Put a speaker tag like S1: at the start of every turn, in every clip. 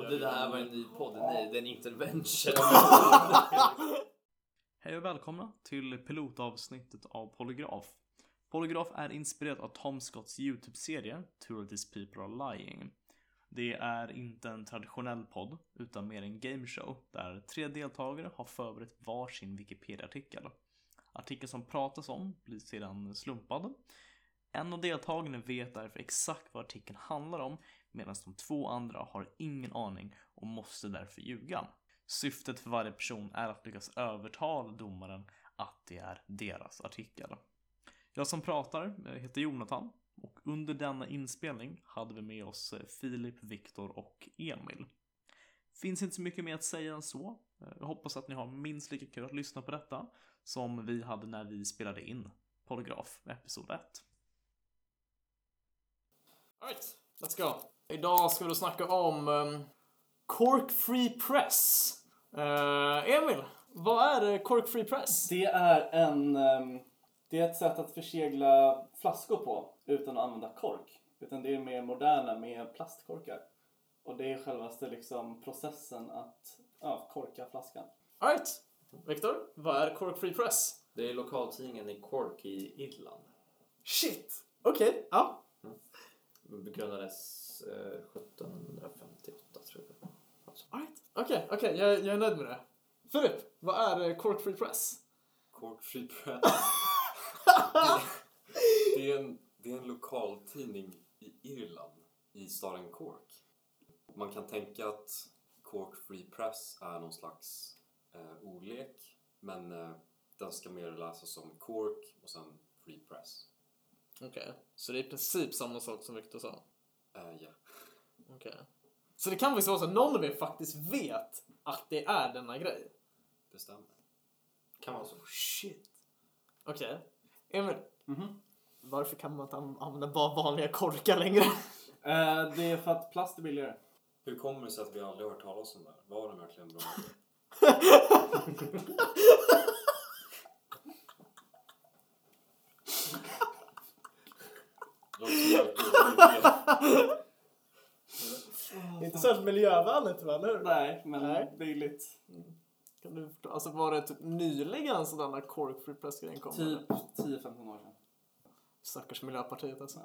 S1: trodde det här var en ny podd. Nej, det är en intervention.
S2: Hej och välkomna till pilotavsnittet av Polygraf. Polygraf är inspirerat av Tom Scotts YouTube-serie To All These People Are Lying. Det är inte en traditionell podd utan mer en gameshow där 3 deltagare har förberett varsin Wikipedia-artikel. Artikeln som pratas om blir sedan slumpad. En av deltagarna vet därför exakt vad artikeln handlar om, medan de 2 andra har ingen aning och måste därför ljuga. Syftet för varje person är att lyckas övertala domaren att det är deras artikel. Jag som pratar heter Jonathan och under denna inspelning hade vi med oss Filip, Viktor och Emil. Finns inte så mycket mer att säga än så. Jag hoppas att ni har minst lika kul att lyssna på detta som vi hade när vi spelade in Polygraf episod 1.
S3: Alright, let's go. Idag ska vi då snacka om Cork Free Press. Emil, vad är Cork Free Press?
S4: Det är ett sätt att försegla flaskor på utan att använda kork. Utan det är mer moderna med plastkorkar. Och det är självaste liksom processen att korka flaskan.
S3: Alright, Viktor, vad är Cork Free Press?
S1: Det är lokaltidningen i Cork i Irland.
S3: Shit, okej, ja.
S1: Grundades 1758 tror jag.
S3: Alright, okej, jag är nöjd med det. Filip, vad är Cork Free Press?
S5: Cork Free Press. det är en lokaltidning i Irland, i staden Cork. Man kan tänka att Cork Free Press är någon slags ordlek, men den ska mer läsas som Cork och sen Free Press.
S3: Okej, så det är i princip samma sak som Viktor sa?
S5: Ja.
S3: Okej. Så det kan vara så att någon av er faktiskt vet att det är denna grej?
S5: Det stämmer.
S1: Kan vara så.
S3: Shit. Okej. Emil, varför kan man inte använda bara vanliga korkar längre?
S4: Det är för att plast är billigare.
S5: Hur kommer det sig att vi aldrig har hört talas om det här? Var det verkligen bra?
S3: Inte så miljövänligt, eller?
S4: Nej, men billigt.
S3: Kan du, alltså var det typ nyligen sådan där Cork Free Press-grejen kom?
S4: Typ 10-15 år sedan.
S3: Stackars Miljöpartiet alltså.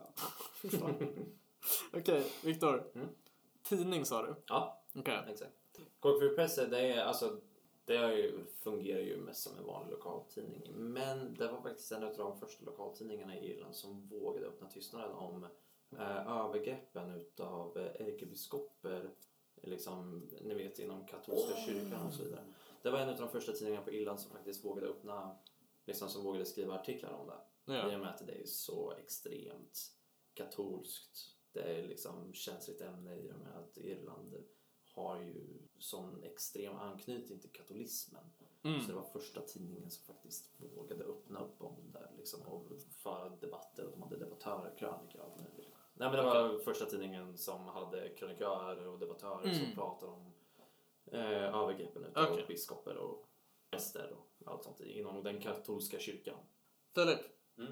S3: Okej, Viktor. Tidning sa du?
S1: Ja,
S3: okej.
S1: Exakt. Cork Free Press, det fungerar ju mest som en vanlig lokaltidning. Men det var faktiskt en av de första lokaltidningarna i Irland som vågade öppna tystnaden om övergreppen utav ärkebiskoper, liksom, ni vet, inom katolska kyrkan och så vidare. Det var en av de första tidningarna på Irland som faktiskt vågade öppna, liksom, som vågade skriva artiklar om det. I och med att det är så extremt katolskt. Det är liksom känsligt ämne i och med att Irland har ju sån extrem anknytning till katolismen. Så det var första tidningen som faktiskt vågade öppna upp om det liksom, och föra debatter, och de hade debattörer, krönikor och allt möjligt. Nej, men det var första tidningen som hade krönikörer och debattörer som pratade om övergreppen utav biskoper och präster och allt sånt inom den katolska kyrkan.
S3: Filip,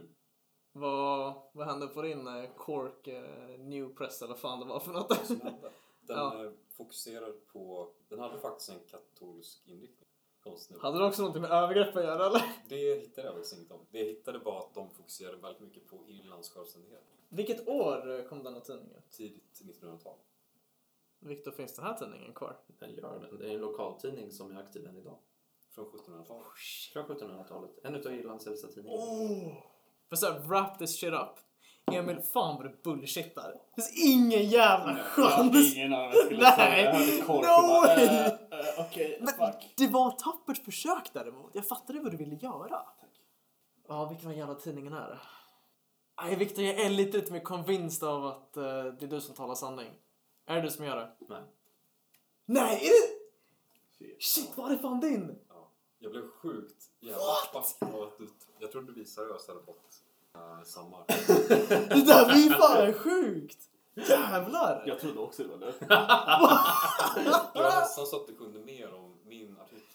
S3: vad hände på din Cork New Press eller fan det var för något?
S5: Den fokuserar på... Den hade faktiskt en katolsk inriktning.
S3: Hade du också någonting med övergrepp att göra, eller?
S5: Det hittade jag faktiskt inget om. Det jag hittade var att de fokuserade väldigt mycket på Irlands självständighet.
S3: Vilket år kom denna tidningen?
S5: Tidigt 1900-tal.
S3: Viktor, finns den här tidningen kvar?
S1: Den gör den. Det är en lokaltidning som är aktiv än idag.
S5: Från 1700-talet.
S1: Från 1700-talet. En utav Irlands äldsta tidningar.
S3: För så här, wrap this shit up. Emil, fan vad du bullshittar. Det finns ingen jävla chans.
S4: Ingen annan skulle säga. Jag hörde kork och bara, okej, fuck.
S3: Det var ett tappert försök däremot. Jag fattade vad du ville göra. Tack. Ja, vilken jävla tidningen är det? Nej, Viktor, jag är lite mer convinced av att det är du som talar sanning. Är det du som gör det?
S1: Nej.
S3: Nej, är det? Shit, vad är det fan din?
S5: Ja. Jag blev sjukt jävla fast av att jag trodde vi seriöst hade fått samma.
S3: Det där var ju fan sjukt. Jävlar.
S4: Jag trodde också det var det.
S5: Jag var nästan så att du kunde mer om min artikel än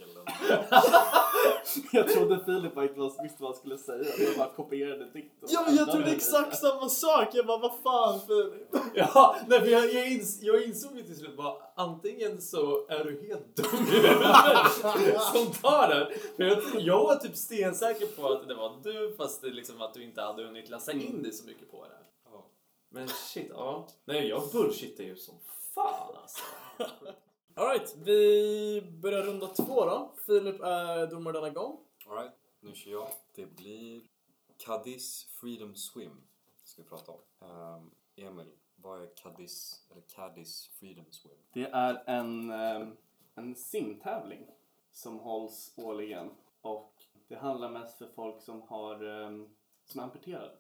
S4: Jag trodde Filip inte visste vad han skulle säga. Jag bara kopierade dikten.
S3: Ja, men jag trodde exakt samma sak. Jag bara, vad fan Filip?
S1: Ja, nej, för jag insåg ju till slut bara, antingen så är du helt dum i huvudet som tar den. För jag var typ stensäker på att det var du, fast det liksom att du inte hade hunnit läsa in dig så mycket på det.
S5: Ja.
S1: Men shit, ja. Nej, jag bullshittar ju som fan alltså.
S3: Alright, vi börjar runda 2 då. Filip är domare denna gång.
S5: All right, nu kör jag. Det blir Cadiz Freedom Swim. Ska vi prata om. Emil, vad är Cadiz Freedom Swim?
S4: Det är en simtävling som hålls årligen. Och det handlar mest för folk som som är amputerade.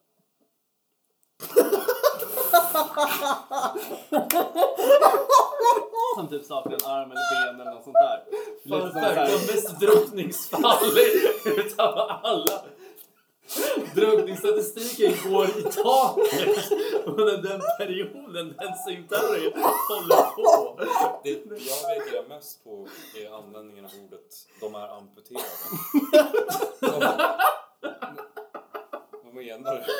S4: Som typ saknar en arm eller ben eller något sånt där.
S1: De mest drunkningsfall utav alla. Drunkningsstatistiken går i taket under den perioden den simtävlingen håller på.
S5: Det jag reagerar mest på är användningen av ordet de är amputerade. Vad menar du?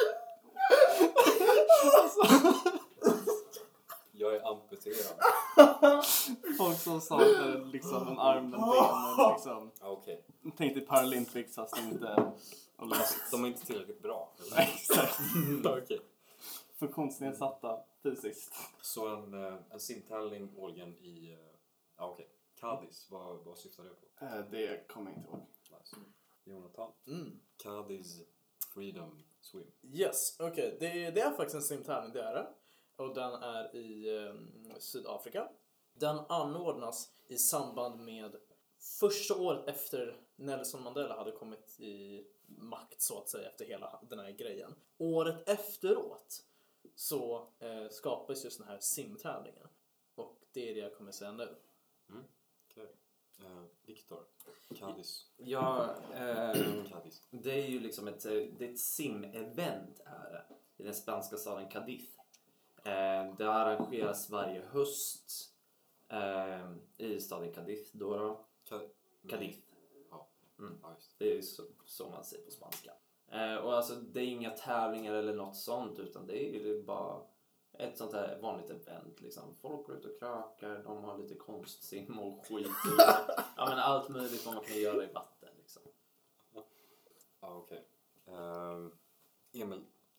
S5: Jag är amputerad.
S4: Folk som saknar liksom en arm, en ben eller liksom.
S5: Okej.
S4: Tänk dig Paralympics fast inte.
S5: De är inte tillräckligt bra.
S4: Nej, exakt.
S5: Okej.
S4: Funktionsnedsatta fysiskt.
S5: Så en simtävling årligen i... okej. Cadiz, vad syftar det på?
S4: Det kommer jag inte ihåg.
S5: Nice. Jonathan. Cadiz Freedom Swim.
S3: Yes, okej. Det är faktiskt en simtävling, det är det. Och den är i Sydafrika. Den anordnas i samband med första året efter Nelson Mandela hade kommit i makt så att säga efter hela den här grejen. Året efteråt så skapas just den här simtävlingen. Och det är det jag kommer säga nu.
S5: Okej. Viktor. Cadiz.
S1: Ja,
S5: Cadiz.
S1: det är ju liksom ett sim-event här i den spanska staden Cadiz. Det arrangeras varje höst i staden Cadiz då. Cadiz.
S5: Ja. Ja, just.
S1: Det är så man säger på spanska. Och alltså det är inga tävlingar eller något sånt, utan det är ju bara ett sånt här vanligt event liksom. Folk går ut och krökar, de har lite konstsim och skit. Ja, men allt möjligt vad man kan göra i vatten liksom.
S5: Ja, okej. Emil.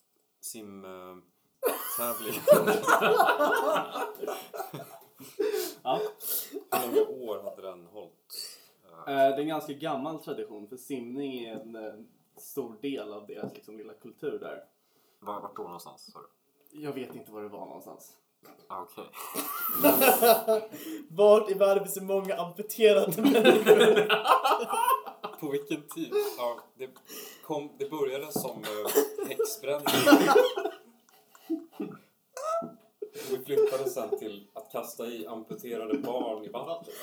S5: Tävling.
S4: Ja.
S5: Hur många år hade den hållit?
S4: Det är en ganska gammal tradition för simning är en stor del av deras liksom, lilla kultur där.
S5: Vart då någonstans? Sorry.
S4: Jag vet inte var det var någonstans.
S5: Okej.
S3: Vart i världen finns det många amputerade människor?
S5: På vilken tid? Ja, det började som häxbränning. Vi flyttade sen till att kasta i amputerade barn i vattnet.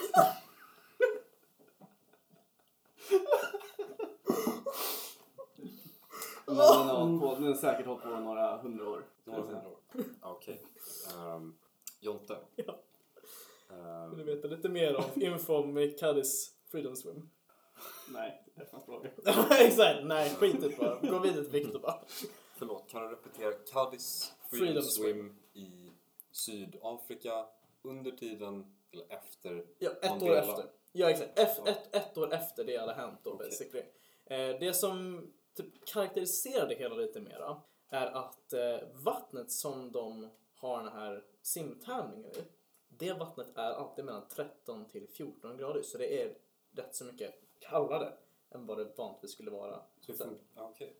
S4: Den har säkert hållit på några 100 år.
S5: Några 100 år. Okej. Jonte.
S3: Ja. Vill du veta lite mer om info om Cadiz Freedom Swim?
S4: Nej, det är fan fråga.
S3: Exakt, nej, skitigt bara. Gå vidare till Victor bara.
S5: Förlåt, kan du repetera? Cadiz Freedom Swim i Sydafrika under tiden eller efter?
S3: Ja, ett
S5: Mandela.
S3: år efter. Ja, exakt. Ett år efter det hade hänt då, basically. Det som typ karaktäriserar det hela lite mera är att vattnet som de har den här simtävlingen i, det vattnet är alltid mellan 13 till 14 grader. Så det är rätt så mycket kallare än vad det vanligtvis skulle vara.
S5: Okej.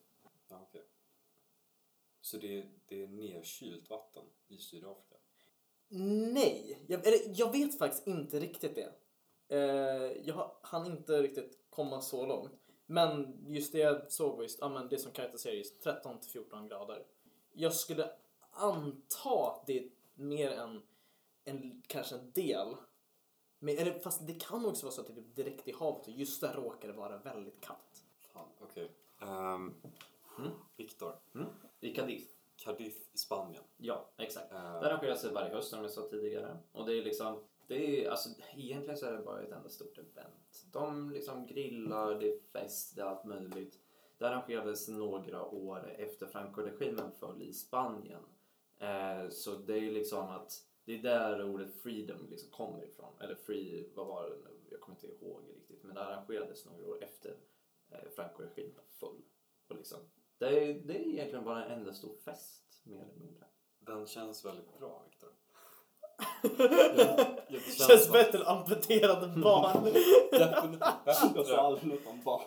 S5: Så det är nedkylt vatten i Sydafrika?
S3: Nej, jag vet faktiskt inte riktigt det. Jag hann inte riktigt komma så långt. Men just det jag såg var just, det som karaktäriserar just 13 till 14 grader. Jag skulle anta att det är mer kanske en del. Men, fast det kan också vara så att det är direkt i havet och just där råkar det vara väldigt kallt.
S5: Fan, okej. Viktor.
S1: I Cadiz.
S5: Cadiz i Spanien.
S1: Ja, exakt. Det arrangeras varje höst som jag sa tidigare. Och det är liksom, Det är, alltså, egentligen så är det bara ett enda stort event. De liksom grillar, det är fest, det är allt möjligt. Det arrangerades några år efter Franco-regimen föll i Spanien. Så det är liksom att det är där ordet freedom liksom kommer ifrån. Eller free, vad var det nu? Jag kommer inte ihåg riktigt. Men det arrangerades några år efter Franco-regimen föll. Och liksom, det är egentligen bara en enda stor fest, mer eller mindre.
S5: Den känns väldigt bra, Viktor.
S3: Det känns bättre än amputerade barn.
S5: Definitivt
S4: Jag sa
S5: bättre.
S4: aldrig något om barn.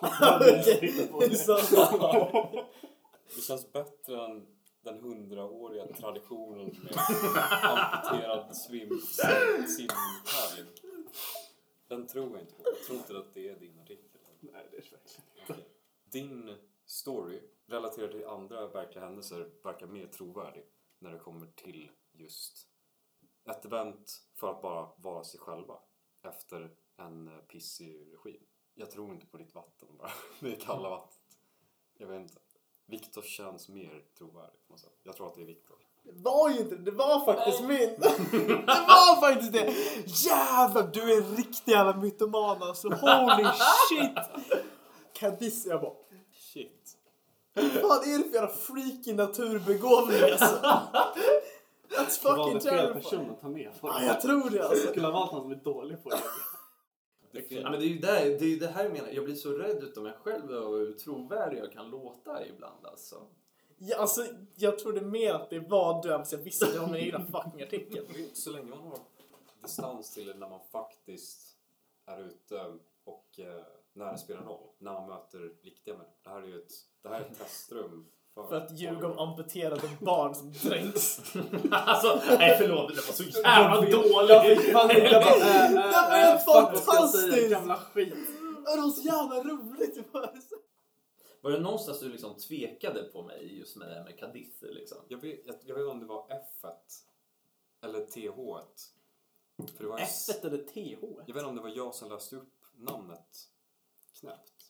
S5: Det känns bättre än den 100-åriga traditionen med amputerad simtävling. Den tror jag inte på. Jag tror inte att det är din artikel.
S4: Nej, det är verkligen.
S5: Okay. Din story relaterad till andra verkliga händelser verkar mer trovärdig när det kommer till just ett event för att bara vara sig själva efter en pissig regim. Jag tror inte på ditt vatten bara. Det är kalla vattnet. Jag vet inte. Viktor känns mer trovärdig. Jag tror att det är Viktor.
S3: Det var ju inte det. var faktiskt min. Det var faktiskt det. Jävlar, du är en riktig jävla mytoman alltså. Holy shit. Cadiz, jag bara.
S5: Shit.
S3: Vad fan är det för jävla freaky naturbegåvning alltså? That's
S4: Det var
S3: fucking
S4: fel
S3: terrifying.
S4: person att ta med.
S3: Ja, jag tror det alltså.
S4: Jag skulle ha valt någon som är dålig på det.
S1: Ja, men det är ju det här jag menar. Jag blir så rädd utav mig själv och hur trovärdig jag kan låta ibland alltså.
S3: Ja, alltså, jag tror det mer att det var du jag visste det om min egna fucking artikel.
S5: Så länge man har distans till när man faktiskt är ute och när det spelar roll. När man möter riktiga människor. Det här är ett testrum.
S3: För att ljuga om amputerade barn som dränks.
S1: Alltså, nej förlåt, det var så jävla dåligt.
S4: Jag bara,
S3: är fantastiskt.
S4: Gamla skit.
S3: Det var så jävla roligt.
S1: Var det någonstans du liksom tvekade på mig just med det här med Cadiz liksom?
S5: Jag vet om det var F1 eller TH1. För det var
S3: F1 eller TH?
S5: Jag vet inte om det var jag som läste upp namnet knäppt.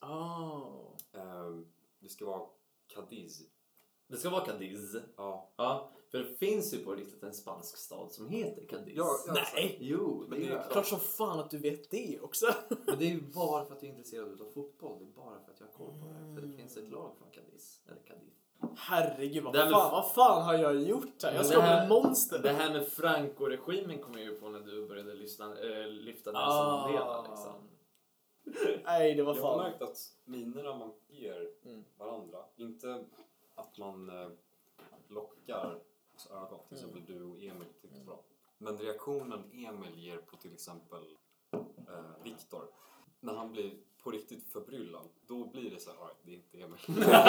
S5: Det ska vara Cadiz.
S1: Det ska vara Cadiz.
S5: Ja.
S1: Ja, för det finns ju på riktigt en spansk stad som heter Cadiz.
S5: Ja,
S3: Nej.
S1: Jo,
S5: Men det är
S3: Klart som fan att du vet det också.
S1: Men det är ju bara för att jag är intresserad av fotboll. Det är bara för att jag har koll på det. För det finns ett lag från Cadiz. Eller Cadiz.
S3: Herregud,
S1: Det
S3: vad fan har jag gjort här? Jag ska vara en monster.
S1: Det här med Franco-regimen kom jag ju på när du började lyfta Nelson Mandela liksom.
S3: Nej, det var
S5: Jag har
S3: fan.
S5: märkt att minerna man ger varandra, inte att man lockar oss ögon, till exempel du och Emil tyckte bra. Men reaktionen Emil ger på till exempel Viktor, när han blir på riktigt förbryllad, då blir det så här, det är inte Emil.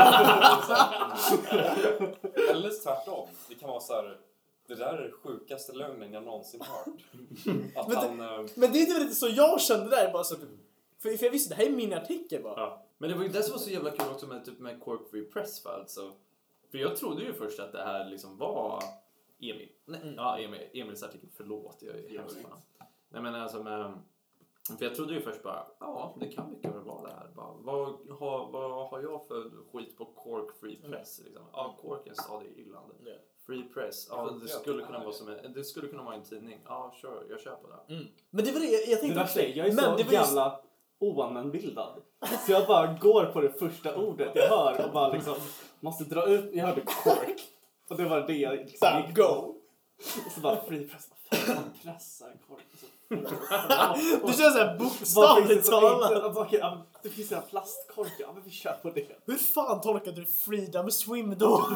S5: Eller tvärtom, det kan vara så här, det där är den sjukaste lögnen jag någonsin hört. Att
S3: Men det är inte så jag kände där bara så. För jag visste, det här är min artikel bara.
S1: Ja. Men det var ju det som var så jävla kul också med Cork Free Press för alltså. För jag trodde ju först att det här liksom var Emil. Nej, ja, Emils artikel, förlåt. Jag är hemskt fan. Nej men alltså för jag trodde ju först bara, ja det kan mycket väl vara det här. Bara, vad har jag för skit på Cork Free Press liksom? Ja, Cork är en stad i Irland.
S3: Yeah.
S1: Free Press, ja det skulle kunna vara en tidning. Ja, sure, jag köper det.
S3: Men det var det jag tänkte
S4: också. Jag är
S3: men
S4: så
S3: det var
S4: jävla oanvändbildad. Så jag bara går på det första ordet jag hör och bara liksom måste dra ut. Jag hörde Cork. Och det var det jag liksom gick
S3: go.
S4: Och så bara free press. Man pressar Cork.
S3: Du känns såhär bokstavligt talat.
S4: Det finns en plastkork. Ja, men vi kör på det.
S3: Hur fan tolkar du Freedom Swim då?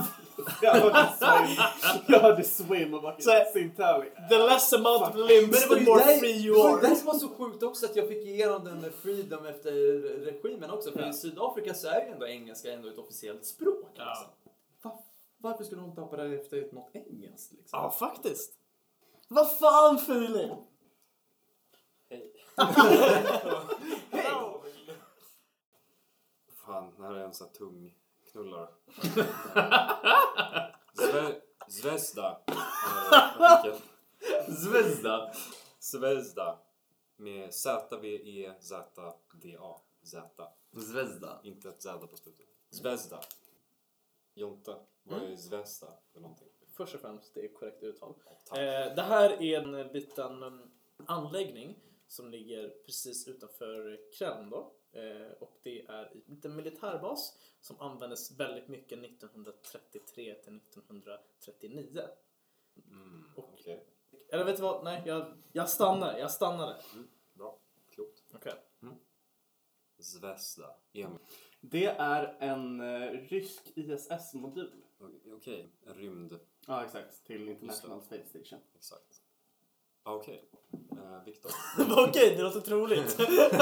S4: Jag hörde swim och bara sin tävling.
S3: The less amount of limbs, the more free you are.
S1: Det som var så sjukt också att jag fick igenom den med Freedom efter regimen också. För i Sydafrika så är ju ändå engelska ändå ett officiellt språk. Liksom. Varför skulle de ta på det efter något engelskt? Liksom?
S3: Ja, faktiskt. Vad fan, Filip?
S5: Hej. Fan, det här är en sån här tung knullar. Zvezda. Zvezda. Med Z-V-E-Z-D-A. Z.
S1: Zvezda.
S5: Inte ett Z på slutet. Zvezda. Jonte, vad är Zvezda för någonting?
S3: Först och främst, det är korrekt uttal.
S5: Tack.
S3: Det här är en liten anläggning som ligger precis utanför Kreml då. Och det är en liten militärbas som användes väldigt mycket 1933 till 1939.
S5: Okej.
S3: Eller vet du vad? Nej, jag stannar där.
S5: Bra. Klokt.
S3: Okej.
S5: Zvezda. Emil.
S4: Det är en rysk ISS-modul.
S5: Okej. En rymd.
S4: Ja, exakt. Till International Space Station.
S5: Exakt. Okej. Viktor.
S3: Okej, det låter troligt.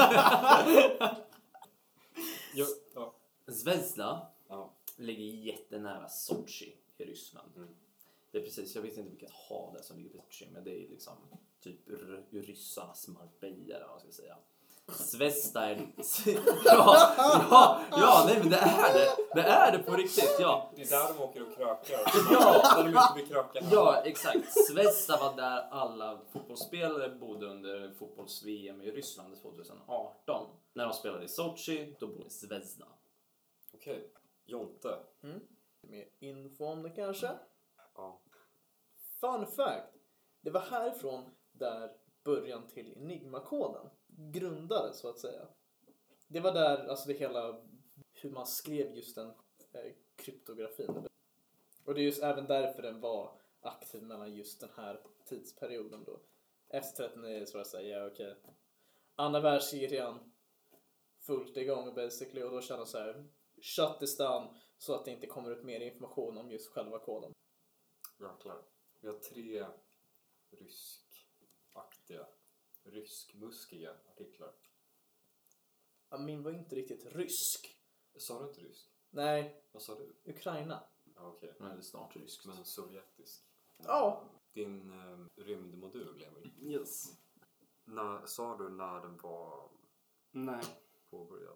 S5: Ja.
S1: Zvezda
S5: Ja.
S1: ligger jättenära Sochi i Ryssland. Det är precis, jag vet inte vilket hav det är som ligger på Sochi, men det är liksom typ ryssarnas Marbella, eller vad man ska säga. Zvezda är... nej men det är det. Det är det på riktigt, ja.
S5: Det är där de åker och krökar.
S1: Ja.
S5: Där de inte blir krökar.
S1: Ja, exakt. Zvezda var där alla fotbollsspelare bodde under fotbolls-VM i Ryssland 2018. När de spelade i Sochi, då bodde Zvezda.
S5: Okej. Jonte.
S3: Mer info om det kanske.
S5: Ja.
S3: Fun fact. Det var härifrån där början till Enigma-koden grundades, så att säga. Det var där, alltså det hela, hur man skrev just den kryptografin. Och det är just även därför den var aktiv mellan just den här tidsperioden då. Efter 39 så att säga, okej. Andra världskrigen fullt igång basically, och då känner så här, shut this down så att det inte kommer ut mer information om just själva koden.
S5: Jäklar. Vi har 3 ryskmuskiga artiklar.
S3: Ja, min var inte riktigt rysk.
S5: Sa du inte rysk?
S3: Nej,
S5: Vad sa du?
S3: Ukraina.
S5: Ja, okej.
S1: Men det är snart rysk.
S5: Men sovjetisk.
S3: Ja.
S5: Din rymdmodul, Emil.
S4: Yes.
S5: Sa du när den var
S4: Nej.
S5: påbörjad?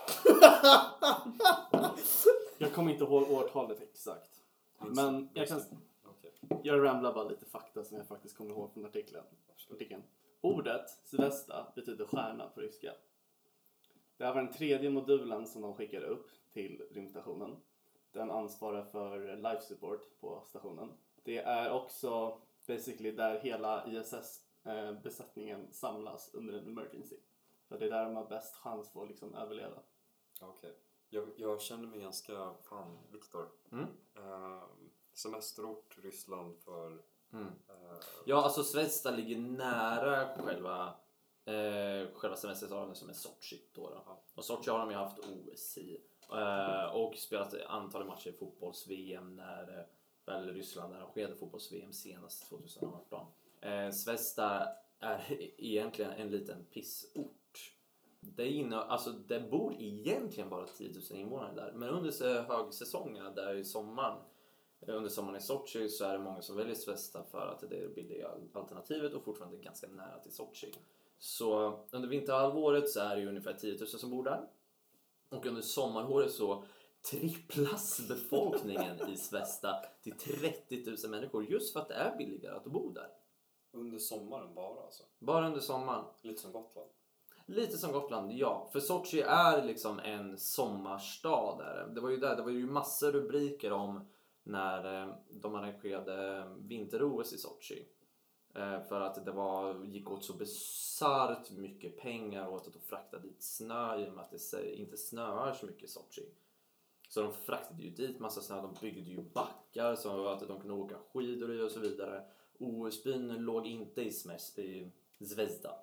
S4: Jag kommer inte ihåg årtalet exakt. Men jag ramlar bara lite fakta som jag faktiskt kommer ihåg från artikeln. Ordet Zvezda betyder stjärna på ryska. Det här var den 3:e modulen som de skickade upp till rymdstationen. Den ansvarar för life support på stationen. Det är också basically där hela ISS-besättningen samlas under en emergency. Så det är där de har bäst chans för att liksom överleva.
S5: Okej. Jag känner mig ganska... Fan, Viktor. Semesterort Ryssland för...
S1: Ja, alltså Zvezda ligger nära själva semesterstaden som är Sochi då. Och Sochi har de ju haft OS i. Och spelat antal matcher i fotbolls-VM när väl Ryssland arrangerade fotbolls-VM senast 2018. Zvezda är egentligen en liten pissort. Det bor egentligen bara 10 000 invånare där. Men under högsäsongerna, där i sommaren, under sommaren i Sochi, så är det många som väljer Zvezda för att det är det billiga alternativet och fortfarande ganska nära till Sochi. Så under vinterhalvåret så är det ungefär 10 000 som bor där. Och under sommarhalvåret så tripplas befolkningen i Zvezda till 30 000 människor, just för att det är billigare att bo där.
S5: Under sommaren bara alltså?
S1: Bara under sommaren.
S5: Lite som Gotland?
S1: Lite som Gotland, ja. För Sochi är liksom en sommarstad där. Det var ju massor rubriker om när de arrangerade vinter-OS i Sochi. För att det gick åt så bisarrt mycket pengar åt att frakta dit snö, i och med att det inte snöar så mycket i Sochi. Så de fraktade ju dit massa snö, de byggde ju backar så att de kunde åka skidor i och så vidare. OS-byn låg inte i Zvezda.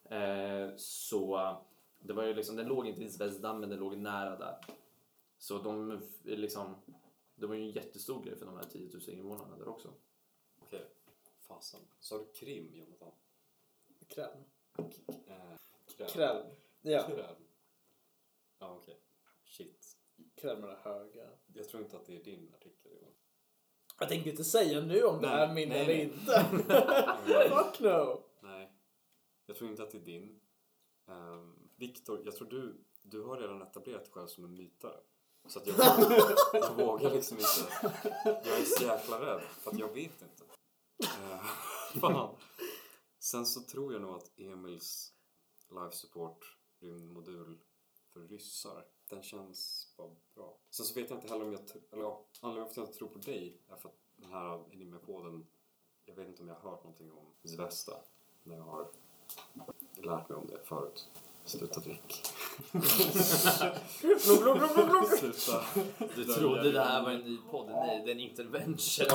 S1: Så det var ju liksom, den låg inte i Zvezda, men den låg nära där. Så det var ju en jättestor grej för de här 10 000 invånarna där också.
S5: Okej. Fasen. Sa du Krim, Jonathan?
S3: Krem.
S5: Kräm.
S3: Krem. Ja.
S5: Kräm. Ja, okej. Shit.
S3: Krem är höga.
S5: Jag tror inte att det är din artikel, Johan.
S3: Jag tänker inte säga nu om det är min eller inte. Fuck no.
S5: Nej. Jag tror inte att det är din. Viktor, jag tror du har redan etablerat dig själv som en mytare. Så att jag vågar liksom inte. Jag är så jäkla rädd. För att jag vet inte. Fan. Sen så tror jag nog att Emils life support rymdmodul för ryssar, den känns bara bra. Sen så vet jag inte heller om anledningen till att jag tror på dig är för att den här Enigma-koden, jag vet inte om jag har hört någonting om Zvezda när jag har Jag har lärt mig om det förut. Sluta drick.
S1: Sluta. Du trodde det här var en ny podd. Nej, det är en intervention.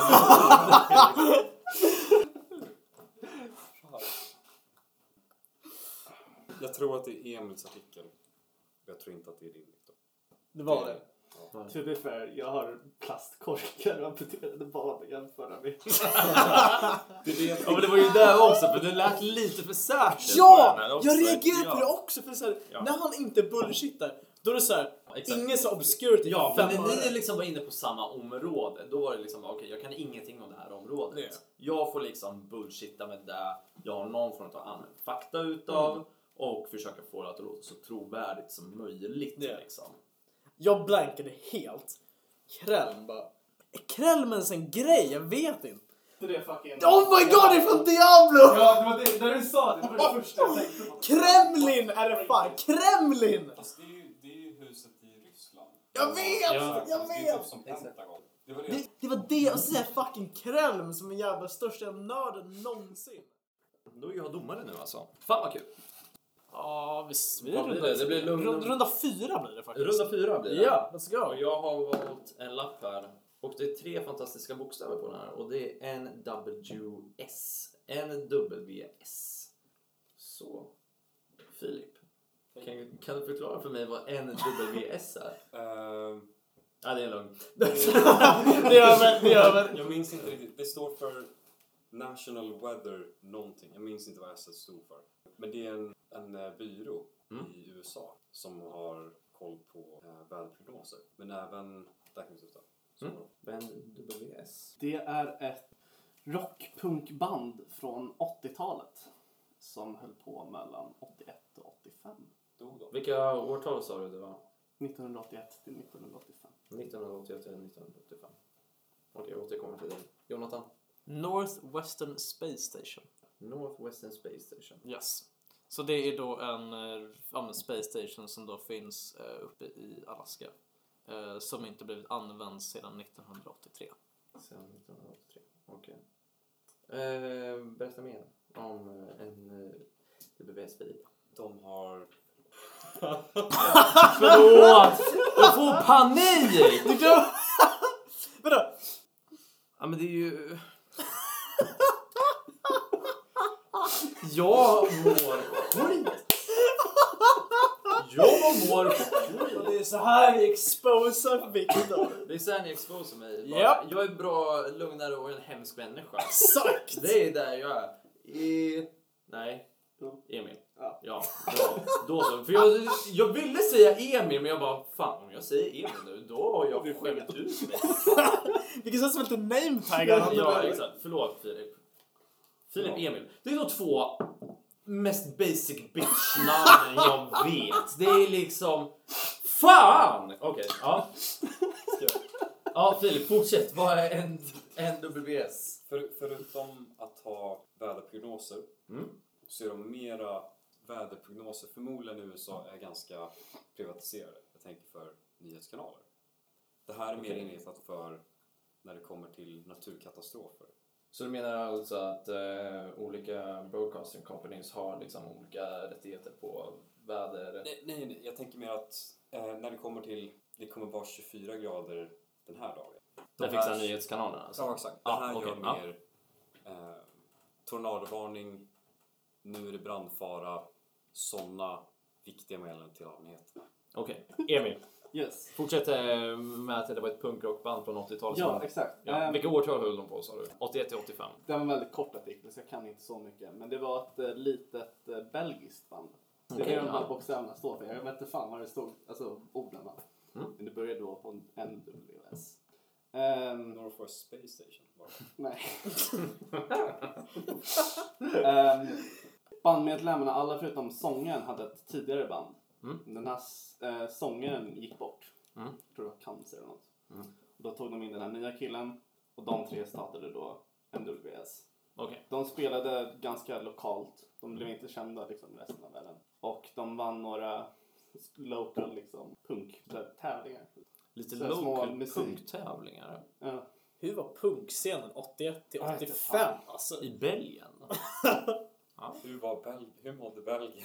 S5: Jag tror att det är Emils artikel. Jag tror inte att det är din, Victor.
S4: Det var det.
S5: Ja.
S4: To be fair, jag har plastkorkar och amputerade barn att jämföra med.
S1: Ja, men det var ju där också, för det lät lite för särskilt.
S3: Ja! Jag reagerar på det också. För så här, när han inte bullshittar, då är det så här, ingen så obscurity.
S1: Ja, men när ni liksom var inne på samma område, då var det liksom, okej, jag kan ingenting om det här området.
S3: Yeah.
S1: Jag får liksom bullshitta med det jag har någon form av annan fakta utav och försöka få det att låta så trovärdigt som möjligt.
S3: Yeah.
S1: Liksom.
S3: Jag blankade helt. Krälm bara. Är Krälm ens en grej? Jag vet inte.
S4: Det är fucking...
S3: Oh my god, det är från Diablo!
S4: Ja, det var det. När du sa det, det var det första jag tänkte på.
S3: Kremlin är det fan. Kremlin!
S5: Fast det är ju huset i Ryssland.
S3: Jag vet!
S1: Ja.
S3: Jag
S5: Det är
S3: vet!
S5: typ som Pentagon. Det var det.
S3: Det var det. Och så säger fucking Krälm som är jävla största nörden någonsin.
S1: Då är jag domare nu alltså. Fan vad kul.
S3: Ja, vi
S1: Vad blir det? Det blir lugn.
S3: Runda 4 blir det faktiskt.
S1: Runda 4 blir det.
S3: Ja, let's go.
S1: Och jag har valt en lapp här. Och det är 3 fantastiska bokstäver på den här. Och det är NWS. NWS. Så. Filip. Kan du förklara för mig vad NWS är? Ja, det är en lugn.
S3: Det är över.
S5: Jag minns inte riktigt. Det står för National Weather någonting. Jag minns inte vad S stod för. Men det är en byrå i USA som har koll på väderprognoser. Men även... Där kan vi sluta.
S1: NWS.
S4: Det är ett rockpunkband från 80-talet som höll på mellan 81 och 85.
S5: Då.
S1: Vilka årtal sa du det var?
S4: 1981 till 1985.
S1: 1981 till 1985. Okej, jag återkommer till dig. Jonathan?
S3: Northwestern Space Station.
S1: Northwestern Space Station.
S3: Yes. Så det är då en space station som då finns uppe i Alaska. Som inte blivit använd sedan 1983.
S1: Sedan 1983. Okej. Berätta mer om en WS-Filip.
S5: De har...
S1: Förlåt! Jag får panik!
S3: Du glömmer... Vadå?
S1: Ja, men det är ju... Jag mår skit! Jag mår skit!
S3: Det är så här vi exposar Victor.
S1: Det är så här ni exposerar mig.
S3: Japp.
S1: Jag är bra, lugnare och en hemsk människa.
S3: Exakt!
S1: Det är där jag är. Nej. Emil. Ja, bra. Då så. För jag ville säga Emil, men jag bara, fan om jag säger Emil nu, då har jag skämt ut mig.
S3: Vilket känns som inte name-taggar.
S1: Ja, exakt. Förlåt, Filip. Filip Emil. Det är de 2 mest basic bitch-namnen jag vet. Det är liksom... Fan! Okej, ja. Ja, Filip, fortsätt. Vad är NWS?
S5: Förutom att ha väderprognoser så är de mera väderprognoser. Förmodligen i USA är ganska privatiserade. Jag tänker för nyhetskanaler. Det här är mer inriktat för när det kommer till naturkatastrofer.
S1: Så du menar alltså att olika broadcasting companies har liksom olika rättigheter på väder?
S5: Nej. Jag tänker mer att när det kommer till... Det kommer vara 24 grader den här dagen.
S1: Det fixar nyhetskanalerna alltså?
S5: Ja, exakt. Det här gör mer tornadovarning, nu är det brandfara, sådana viktiga meddelanden till allmänheten.
S1: Okej. Emil.
S4: Yes.
S1: Fortsätt med att det var ett punkrockband från 80-talet.
S4: Ja, exakt.
S1: Ja. Vilka årtal höll de på, sa du? 81 till 85?
S4: Det var en väldigt kort artikel så jag kan inte så mycket. Men det var ett litet belgiskt band. Det är
S1: Okej,
S4: de här
S1: ja.
S4: bokstäverna står för. Jag vet inte fan vad det stod. Alltså orden. Men det började då på NWS.
S5: Northwest Space Station var det.
S4: Nej. Bandmedlemmarna, alla förutom sångaren, hade ett tidigare band. Den här sångaren gick bort. Jag tror det var cancer eller något. Och då tog de in den här nya killen. Och de 3 startade då NWS.
S1: Okay.
S4: De spelade ganska lokalt. De blev inte kända liksom resten av världen. Och de vann några local liksom punk-tävlingar.
S1: Lite
S4: så små
S1: local
S4: musik.
S1: punktävlingar.
S4: Ja.
S3: Hur var punkscenen 81 till 85? Alltså.
S1: I Belgien?
S5: Ja. Hur mådde Belgien?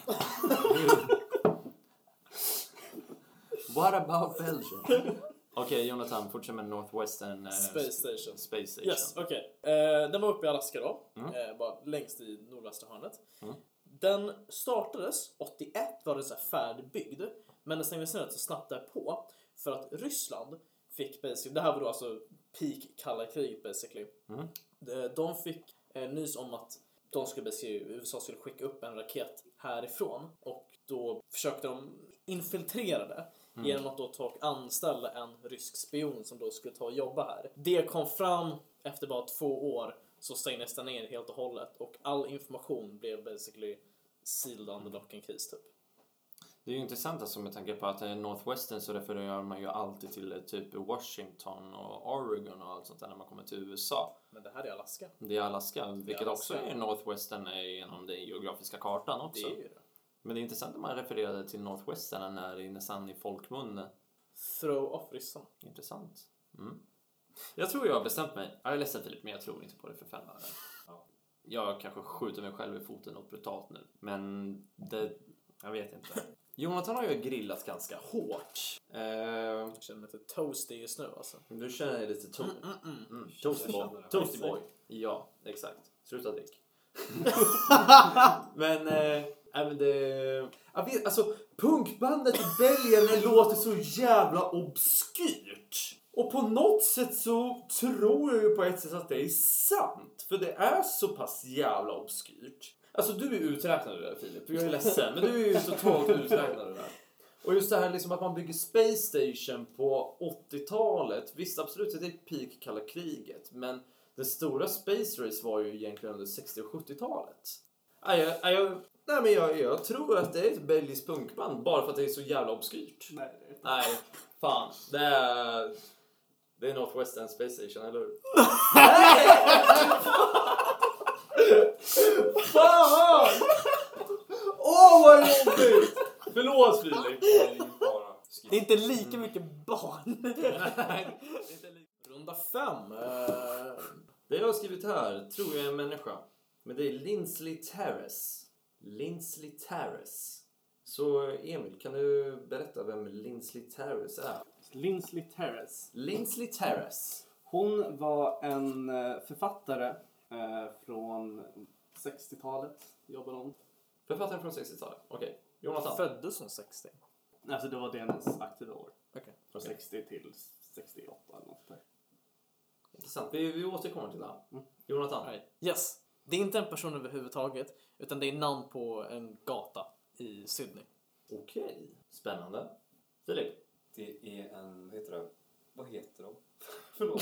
S1: What about Belgium? Okej, Jonathan, fortsätt med Northwestern
S3: Space Station.
S1: Space Station.
S3: Yes, okej. Den var uppe i Alaska då. Bara längst i nordvästra hörnet. Den startades 81, var den så här färdigbyggd. Men den stängdes ner så snabbt därpå. För att Ryssland fick basically, det här var då alltså peak kalla kriget basically. De fick nys om att USA skulle skicka upp en raket härifrån. Och då försökte de infiltrera det. Genom att då ta och anställa en rysk spion som då skulle ta och jobba här. Det kom fram efter bara 2 år, så stängdes den ner helt och hållet. Och all information blev basically sealed under lock and keys typ.
S1: Det är ju intressant alltså med tanke på att i Northwestern så refererar man ju alltid till typ Washington och Oregon och allt sånt där när man kommer till USA.
S3: Men det här är Alaska.
S1: Det är Alaska, vilket
S3: Alaska.
S1: också är Northwestern genom den geografiska kartan också.
S3: Det är ju det.
S1: Men det är intressant att man refererade till Northwestern när det är nästan i folkmun.
S3: Throw off ryssarna.
S1: Intressant. Jag tror jag har bestämt mig. Jag är ledsen Filip, men jag tror inte på det för 5 öre. Jag kanske skjuter mig själv i foten något brutalt nu. Men det... Jag vet inte. Jonathan har ju grillat ganska hårt.
S3: Jag känner mig lite toasty just nu alltså.
S1: Du känner dig lite toasty boy. Toasty boy. Ja, exakt. Sluta drick. Men det... Jag vet, alltså, punkbandet i Belgien låter så jävla obskyrt. Och på något sätt så tror jag ju på ett sätt att det är sant. För det är så pass jävla obskyrt. Alltså du är uträknad där Filip. Jag är ledsen. Men du är ju totalt uträknad där. Och just det här liksom att man bygger Space Station på 80-talet. Visst absolut det är peak kalla kriget. Men det stora Space Race var ju egentligen under 60- och 70-talet. Jag tror att det är ett belgiskt punkband. Bara för att det är så jävla obskyrt. Nej, fan. Det är Northwestern Space Station, eller hur? Fan! Åh, vad jobbigt! Förlåt, Filip.
S3: Det är inte lika mycket barn. Runda 5.
S1: Det jag har skrivit här tror jag är en människa. Men det är Linsley Terrace. Linsley Terrace. Så Emil, kan du berätta vem Linsley Terrace är?
S4: Linsley Terrace.
S1: Linsley Terrace.
S4: Hon var en författare från 60-talet. Jobbade hon.
S1: Författaren från 60-talet. Okej. Jonathan.
S3: Föddes som 60.
S4: Alltså det var det hennes aktiva år.
S3: Okej.
S4: Från 60 till 68 eller något där.
S1: Intressant. Vi återkommer till det. Jonathan.
S3: Right. Yes. Det är inte en person överhuvudtaget. Utan det är namn på en gata i Sydney.
S1: Okej. Spännande. Filip.
S5: Det är en, vad heter de? Förlåt.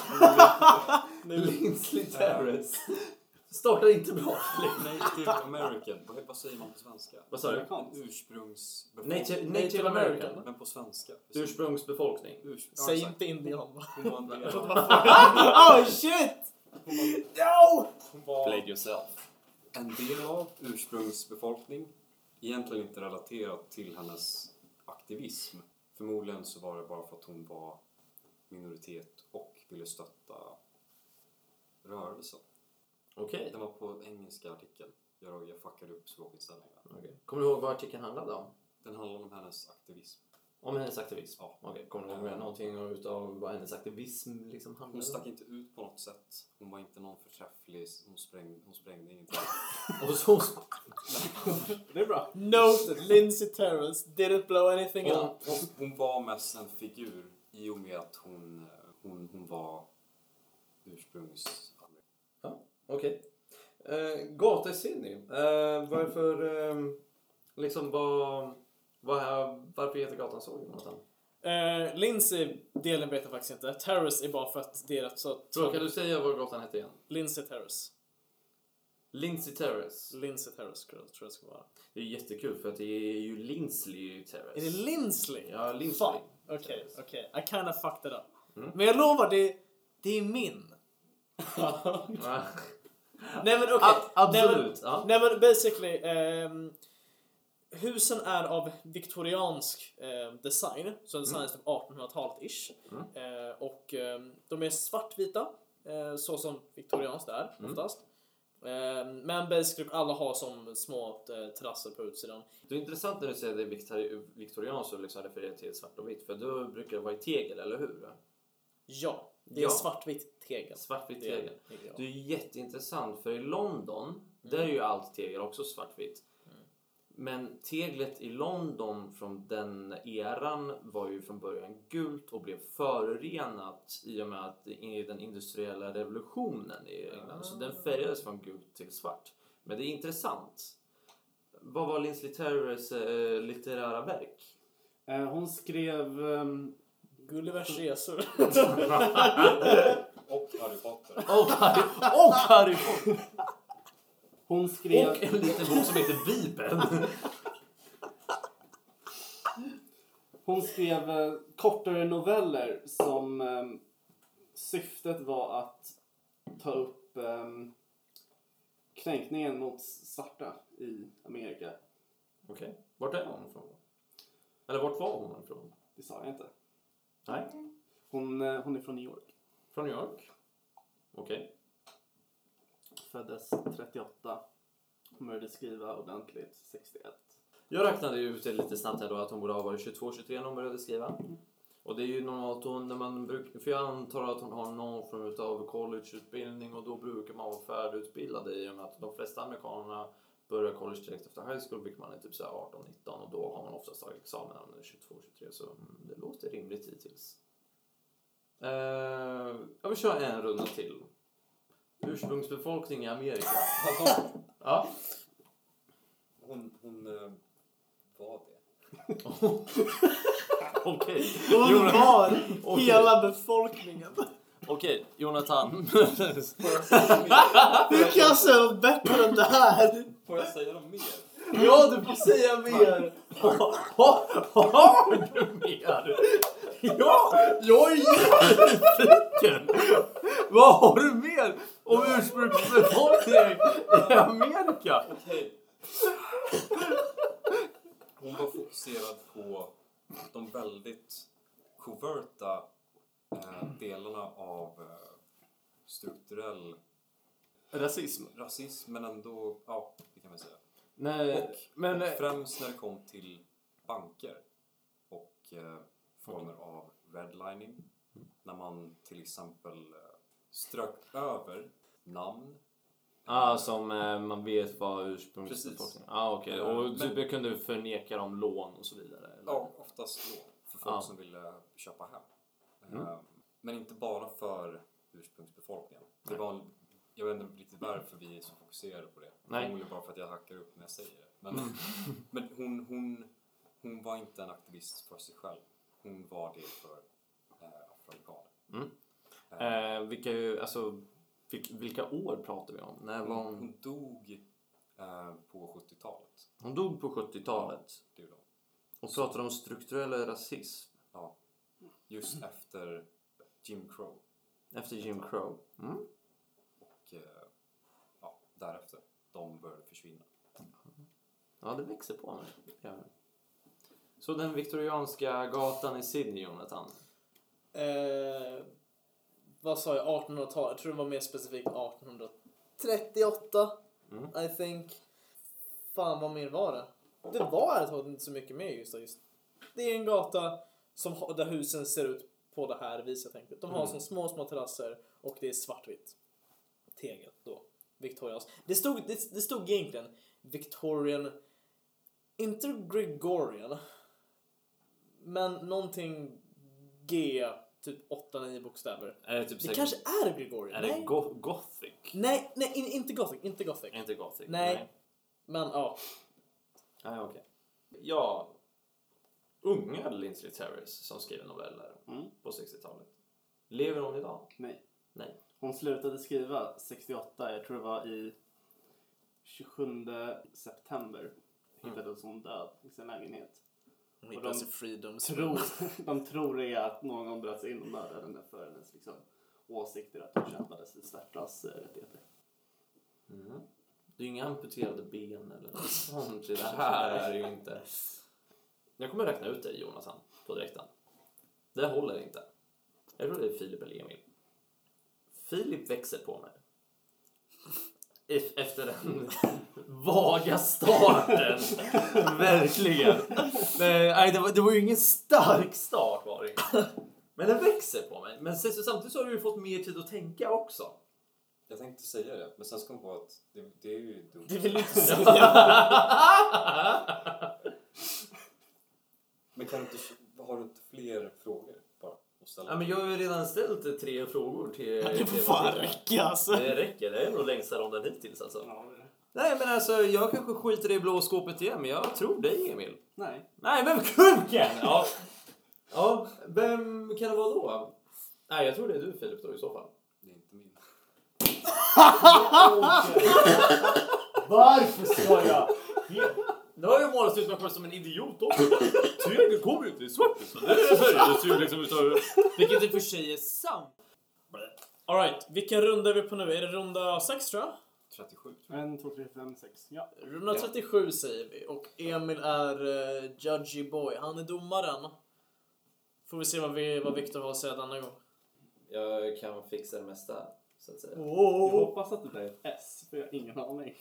S1: Linsley Terrace. Startar inte bra.
S5: Native American. Vad säger man på svenska?
S1: Vad sa du?
S5: Ursprungsbefolkning.
S1: Native American.
S5: Men på svenska.
S1: Ursprungsbefolkning.
S3: Säg inte indian.
S5: Hon var en del av...
S3: Oh shit! No!
S5: Hon var
S1: Played yourself.
S5: en del av ursprungsbefolkning. Egentligen inte relaterat till hennes aktivism. Förmodligen så var det bara för att hon var minoritet och ville stötta rörelsen.
S1: Okej.
S5: Den var på engelska artikeln. Jag fuckade upp språkinställningarna.
S1: Okej. Kommer du ihåg vad artikeln handlade om?
S5: Den handlar om hennes aktivism.
S1: Om hennes aktivism?
S5: Ja.
S1: Okej. Kommer du ihåg med någonting utav vad hennes aktivism liksom handlade
S5: Hon
S1: om?
S5: stack inte ut på något sätt. Hon var inte någon förträfflig. Hon sprängde ingenting.
S1: Och så...
S4: Det är bra.
S3: Noted. Lindsay Terrace didn't blow anything up.
S5: Hon var mest en figur i och med att hon var ursprungsamerikaner.
S1: Ja, okej. Gata i Sydney. Varför... liksom varför heter gatan så, Jonathan?
S3: Lindsay-delen vet jag faktiskt inte. Terrace är bara för att det är rätt så...
S1: Så kan du säga vad gatan heter igen?
S3: Lindsay Terrace.
S1: Lindsay Terrace.
S3: Lindsay Terrace tror jag det ska vara.
S1: Det är jättekul för att det är ju Linsley Terrace.
S3: Är det Linsley?
S1: Ja, Linsley.
S3: Fan. Okej. I kind of fucked it up.
S1: Mm.
S3: Men jag lovar, det är min.
S1: Ja.
S3: Nej men okej.
S1: Absolut.
S3: Nej men basically husen är av viktoriansk design. Så design är 1800-talet-ish. Och de är svartvita. Så som viktorianskt är oftast. Men basically alla har som små terrasser på utsidan.
S1: Det är intressant när du säger att det är viktorianskt och liksom refererar till svart och vitt. För då brukar det vara i tegel, eller hur?
S3: Ja, det är svartvitt tegel.
S1: Svartvitt tegel.
S3: Ja.
S1: Det är ju jätteintressant, för i London, där är ju allt tegel också svartvitt. Men teglet i London från den eran var ju från början gult och blev förorenat i och med att i den industriella revolutionen i England. Så den färgades från gult till svart. Men det är intressant. Vad var Lindsay Terrors litterära verk?
S4: Hon skrev...
S3: Gullivers resor.
S5: Och Harry Potter.
S1: Och Harry Potter.
S4: Hon skrev...
S1: Och en liten bok som heter Bibeln.
S4: Hon skrev kortare noveller som syftet var att ta upp kränkningen mot svarta i Amerika.
S1: Okej. Vart är hon ifrån? Eller vart var hon ifrån?
S4: Det sa jag inte.
S1: Nej.
S4: Hon är från New York.
S1: Från New York? Okej.
S4: Föddes 38. Hon började skriva ordentligt 61.
S1: Jag räknade ju ut lite snabbt här då att hon borde ha varit 22-23 när hon började skriva. Och det är ju normalt hon, när man brukar, för jag antar att hon har någon form av collegeutbildning och då brukar man vara färdigutbildad i och med att de flesta amerikanerna börjar college direkt efter high school, vilket man är typ så 18-19 och då har man oftast tagit examen när man är 22-23, så det låter rimligt hittills. Jag vill köra en runda till. Ursprungsbefolkning i Amerika. Ja.
S5: Hon var det.
S1: Okej.
S3: Hon var hela befolkningen.
S1: Okej, Jonathan.
S3: Hur kan jag säga något bättre än det här?
S5: Får jag säga något mer?
S3: Ja, du får säga mer.
S1: Har du mer? Ja, jag är jättenyfiken. Vad har du mer om ursprungsbefolkning i Amerika?
S5: Okej. Hon var fokuserad på de väldigt koverta delarna av strukturell
S1: Rasism.
S5: rasism, men ändå, ja, det kan man säga.
S1: Nej, men
S5: Och främst när det kom till banker och former av redlining. När man till exempel strök över namn.
S1: som man vet vad ursprungsbefolkningen. Okej. Och du kunde förneka dem lån och så vidare. Eller?
S5: Ja, oftast lån för folk som ville köpa hem. Men inte bara för ursprungsbefolkningen. Det var, jag vet inte riktigt varför vi är så fokuserade på det. Förmodligen bara för att jag hackar upp när jag säger det. Men hon var inte en aktivist för sig själv. Hon var det för afroamerikaner.
S1: Vilka år pratar vi om? När var
S5: hon dog på 70-talet.
S1: Hon dog på 70-talet.
S5: Det gjorde hon.
S1: Och pratade om strukturell rasism.
S5: Ja. Just efter Jim Crow.
S1: Efter Jim Crow.
S5: Och därefter. De började försvinna.
S1: Ja, det växer på mig. Ja. Så den viktorianska gatan i Sydney, Jonathan?
S3: Vad sa jag? 1800-tal. Jag tror det var mer specifikt 1838. I think. Fan, vad mer var det? Det var inte så mycket mer just. Det är en gata där husen ser ut på det här viset. Tänkte. De har som små terrasser och det är svartvitt tegel då. Victorians. Det stod egentligen Victorian, inte Gregorian, men någonting G, typ 8-9 bokstäver.
S1: Är det typ
S3: det kanske är Gregorian.
S1: Är det Gothic?
S3: Nej, inte Gothic.
S1: Inte Gothic.
S3: Nej. Men ja.
S1: Nej, okej. Ja, unga Lindsay Terrors som skrev noveller på 60-talet. Lever hon idag?
S4: Nej.
S1: Nej.
S4: Hon slutade skriva 68, jag tror det var i 27 september. Hittades hon död i sin lägenhet.
S3: Hon hittades i Freedom.
S4: De tror det är att någon bröt sig in och mördade henne för hennes åsikter att hon kämpade sig svärtas rättigheter.
S1: Det är ju inga amputerade ben eller något sånt. Det här är ju inte. Jag kommer räkna ut dig, Jonathan, på direkten. Det håller inte. Jag tror det är Filip eller Emil. Filip växer på mig. efter den vaga starten. Verkligen. Nej, det var ju ingen stark start var det inte. Men den växer på mig. Men samtidigt så har du ju fått mer tid att tänka också.
S5: Jag tänkte säga det, men sen kom jag på att det är ju dumt.
S3: Det vill inte säga.
S5: Men har du inte fler frågor bara att ställa?
S1: Ja, men jag har ju redan ställt 3 frågor till...
S3: Det får fan räcka alltså.
S1: Det räcker, det är nog längsta ronden hittills alltså.
S4: Ja,
S1: Nej, men alltså jag kanske skiter i blå skåpet igen, men jag tror dig, Emil.
S4: nej.
S1: Nej, men kuken! Ja. Ja, vem kan det vara då? Nej, jag tror det är du, Filip, då i så fall.
S5: Det är inte min.
S3: Varför ska jag?
S1: Det har ju målat ut mig som en idiot också. Tygen kommer ju inte i svart. Det ser ju liksom ut av... Vilket i och för sig är sant.
S3: Alright, vilken runda är vi på nu? Är det runda 6 tror jag?
S5: 37.
S4: 1, 2, 3, 5, 6. Ja.
S3: Runda 37 säger vi. Och Emil är judgy boy. Han är domaren. Får vi se vad Victor har att säga denna gång.
S1: Jag kan fixa det mesta, så att säga.
S4: Jag hoppas att det blir ett S, för jag har ingen aning.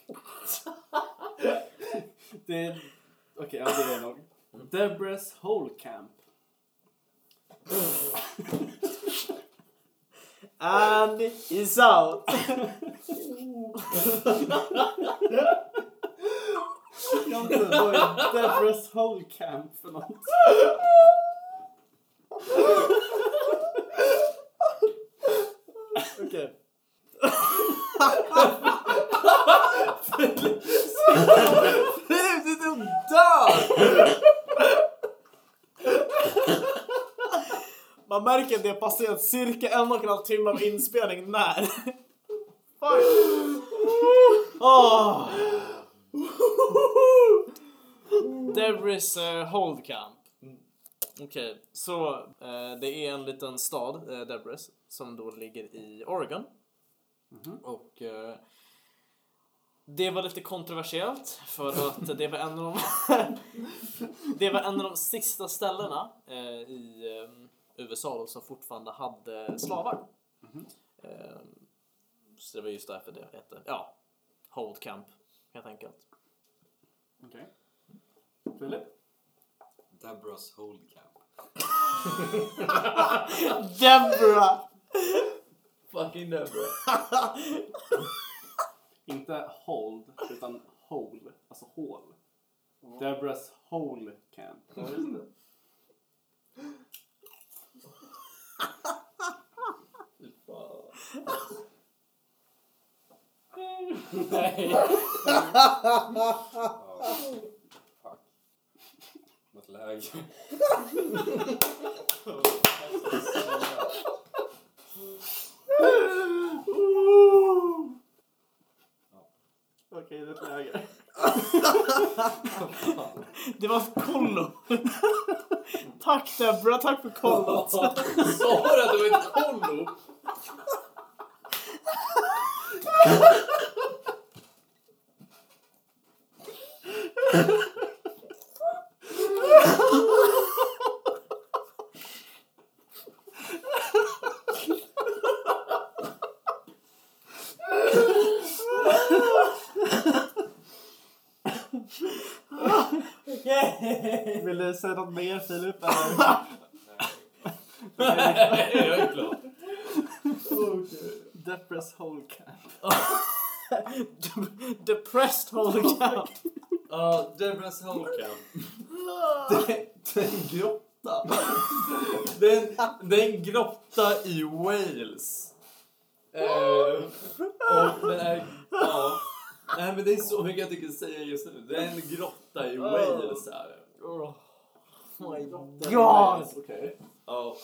S4: Okej, ja, det är nog. Deborah's Hole Camp.
S3: And is out.
S4: Jag vet inte, vad är Deborah's Hole Camp för något?
S3: Okej.
S1: Filip, du är död!
S3: Man märker att det har passerat cirka 1,5 timme av inspelning när. Fuck. Oh. Deborah's Hole Camp. Okej, så det är en liten stad, Deborah's, som då ligger i Oregon. Och det var lite kontroversiellt för att det var en av de sista ställena i USA då, som fortfarande hade slavar. Så det var just därför det hette, ja, Hole Camp helt enkelt.
S4: Okej. Filip?
S5: Deborah's Hole Camp.
S3: Deborah!
S1: Fucking Deborah.
S4: Inte hold, utan hole. Alltså hål. Deborah's Hole Camp. Ja, just det.
S3: Nej.
S5: Fuck. Något läge.
S4: Okej, det är ett läge.
S3: Det var kollo. Tack Deborah, tack för kollot.
S1: Sa du att det var ett kollo?
S4: Vill du säga något mer, Filip?
S1: Nej, jag är klar.
S4: Deborah's Hole Camp.
S3: Depressed Hole Camp.
S1: Ja, Deborah's Hole Camp. Det är en grotta. Det är en grotta i Wales. Och den är... Ja. Nej, men det är så mycket jag tycker säga just nu. Det är en grotta i Wales här.
S3: Oh my god.
S4: Okej.
S1: Ja.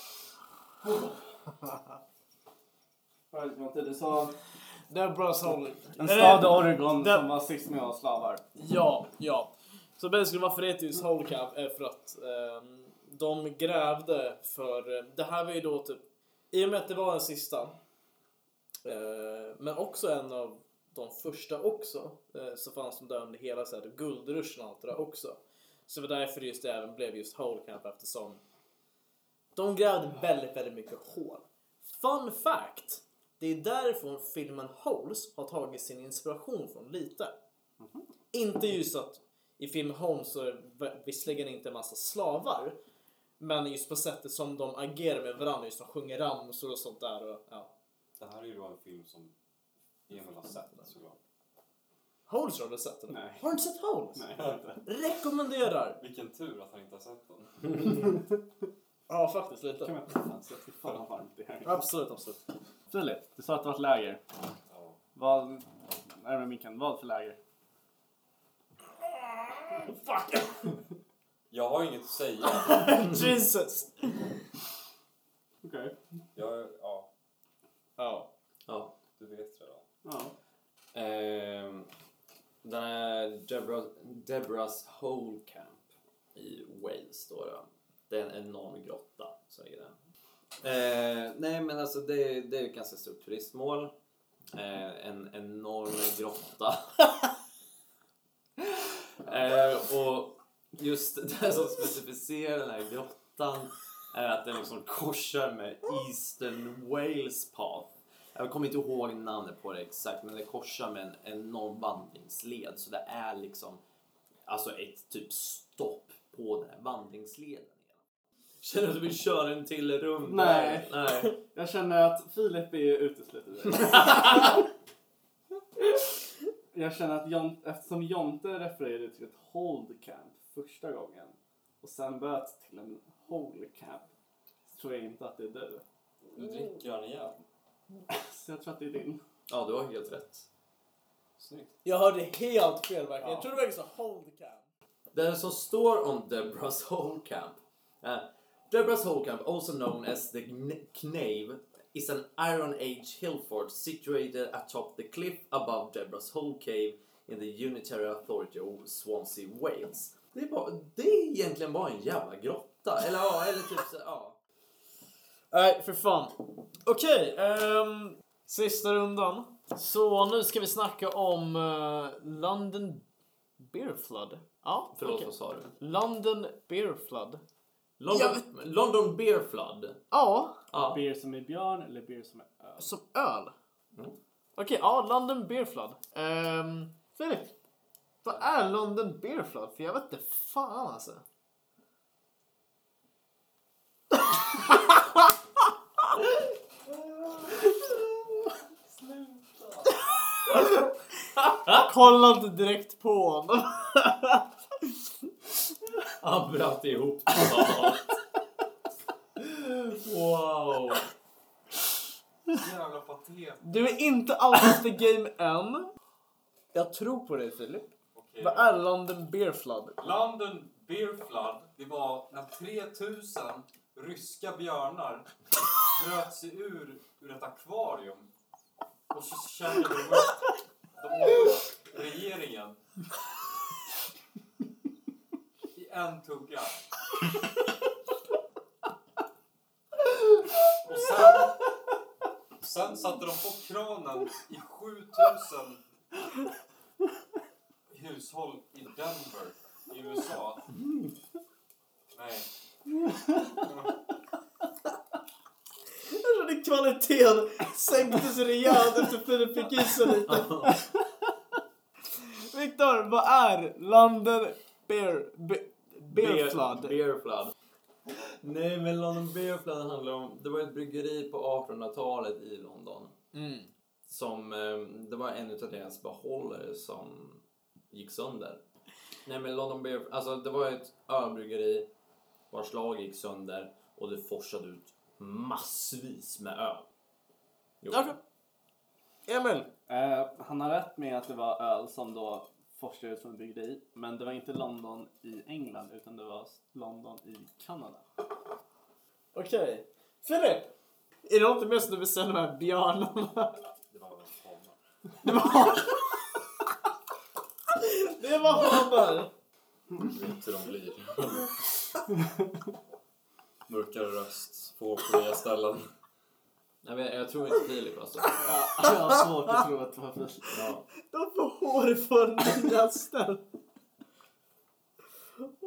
S4: Du sa
S3: Deborah's Hole.
S4: en stad i Oregon som var sist med oss slavar.
S3: Ja. Så basically varför det heter just Hole Camp är för att de grävde för... det här var ju då typ... I och med att det var den sista. Men också en av de första också. Så fanns de där under hela så här, guldruschen och allt det där också. Så det var därför just det även blev just Hole Camp, eftersom de grävde väldigt, väldigt mycket hål. Fun fact. Det är därifrån filmen Holes har tagit sin inspiration från lite. Inte just att i filmen Holes så är det visserligen inte en massa slavar. Men just på sättet som de agerar med varandra. Just de sjunger ramsor och sånt där. Och, ja.
S5: Det här är ju då en film som Emil har sett såklart.
S3: Holes har du sett den?
S4: Nej.
S3: Har du inte sett Holes?
S4: Nej, jag har inte.
S3: Rekommenderar.
S5: Vilken tur att han inte har sett den.
S3: Ja, faktiskt
S4: Kan
S3: lite.
S4: man inte ens fy fan vad varmt det här.
S3: Absolut, absolut.
S4: Filip, du sa att det var ett läger.
S5: Ja.
S4: Vad... Nej men Mikael, vad för läger?
S3: Fuck!
S5: Jag har inget att säga.
S3: Jesus!
S4: Okej.
S5: Ja,
S3: Ja.
S1: Ja.
S5: du vet redan.
S4: Ja.
S1: Den är Deborah's Hole Camp i Wales då. Det är en enorm grotta. Så är det. Nej men alltså det är ett ganska stort turistmål. En enorm grotta. Och just det som specificerar den här grottan är att den liksom korsar med Eastern Wales Path. Jag kommer inte ihåg namnet på det exakt, men det korsar med en enorm vandringsled. Så det är liksom alltså ett typ stopp på den här vandringsleden. Känner du att du vill köra en till runda?
S4: Nej. Jag känner att Filip är utesluten. Jag känner att eftersom Jonte refererade till ett hold camp första gången och sen böt till en hole camp, så tror jag inte att det är du.
S5: Du dricker han igen.
S4: Så jag tror att det är din.
S1: Ja, du har helt rätt.
S5: Snyggt.
S3: Jag hörde helt fel verkligen.
S4: Ja.
S3: Jag tror det verkligen så hold camp.
S1: Det som står om Deborah's Hole Camp. Deborah's Hole Camp, also known as the Knave, is an Iron Age hill fort situated atop the cliff above Deborah's Hole Cave in the Unitary Authority of Swansea, Wales. Det är egentligen bara en jävla grotta. Eller typ så, ja.
S3: Nej, för fan. Okej, sista rundan. Så nu ska vi snacka om London Beer Flood. Ja,
S1: Förlåt,
S3: okej.
S1: vad sa du?
S3: London Beer Flood.
S1: London Beer Flood.
S3: Ja,
S1: Ja.
S4: Beer som är björn eller beer som är öl?
S3: som öl.
S1: Mm.
S3: Okej, ja, London Beer Flood. Filip, vad är London Beer Flood? För jag vet inte fan alltså. Kolla inte direkt på honom.
S1: Han bröt ihop totalt. Wow.
S5: Jävla patet.
S3: Du är inte out the game än. Jag tror på dig, Filip.
S5: Okej.
S3: Vad är London Beer Flood?
S5: London Beer Flood, det var när 3000 ryska björnar bröt sig ur ett akvarium och så kände de upp regeringen i en tugga. Och sen satte de på kranen i 7000 hushåll i Denver i USA. Nej.
S3: Jag trodde kvaliteten sänktes rejält efter Filip fick i sig lite. Viktor, vad är London Beer Flood?
S1: Beer Flood. Nej, men London Beer Flood handlar om... Det var ett bryggeri på 1800-talet i London. Som... Det var en utav deras behållare som gick sönder. Nej, men London Beer... Alltså, det var ett ölbryggeri vars lag gick sönder och det forsade ut massvis med öl.
S3: Okej. Emil.
S4: Han har rätt med att det var öl som då forskade ut från bryggeri. Men det var inte London i England utan det var London i Kanada.
S3: Okej. Filip. Är det något mer som du vill säga om de här björnarna?
S5: Det var väl hanar.
S3: Det var hanar.
S5: Du vet hur de blir. Mörkare röst, få på nya ställen.
S1: Jag tror inte Filip alltså.
S4: Jag har svårt att tro att det var Filip.
S1: Ja.
S3: De får hår för nästan.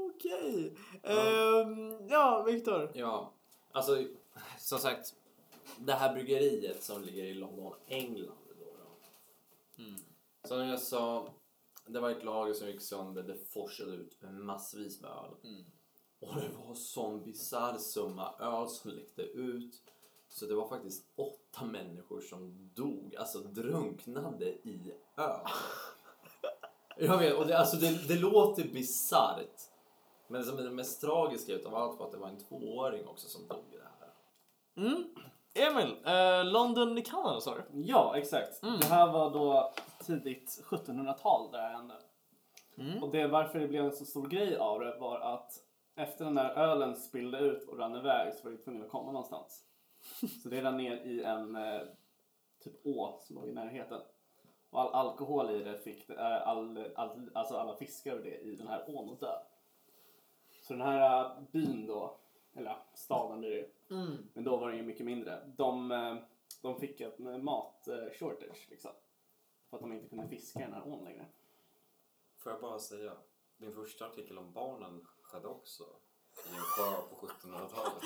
S3: Okej. Ja, Viktor.
S1: Ja, alltså som sagt, det här bryggeriet som ligger i London, England då. Som jag sa, det var ett lager som gick sönder, det forsade ut massvis med öl. Och det var sån bizarr summa öl som läckte ut. Så det var faktiskt 8 människor som dog, alltså drunknade i öl. Jag vet, och det låter bizarrt. Men det som är det mest tragiska utav allt var att det var en 2-åring också som dog i det här.
S3: Emil, London i Kanada sa du?
S4: Ja, exakt. Det här var då tidigt 1700-tal där det hände. Och det varför det blev en så stor grej av det var att efter den där ölen spillde ut och rann iväg så var det tvungen att komma någonstans. Så det rann ner i en typ å som låg i närheten. Och all alkohol i det fick alltså alla fiskar och det i den här ån att dö. Så den här byn då, eller staden blir det. Men då var det ju mycket mindre. De fick ett mat-shortage liksom. För att de inte kunde fiska i den här ån längre.
S5: Får jag bara säga, din första artikel om barnen skedde också i en sjö på 1700-talet.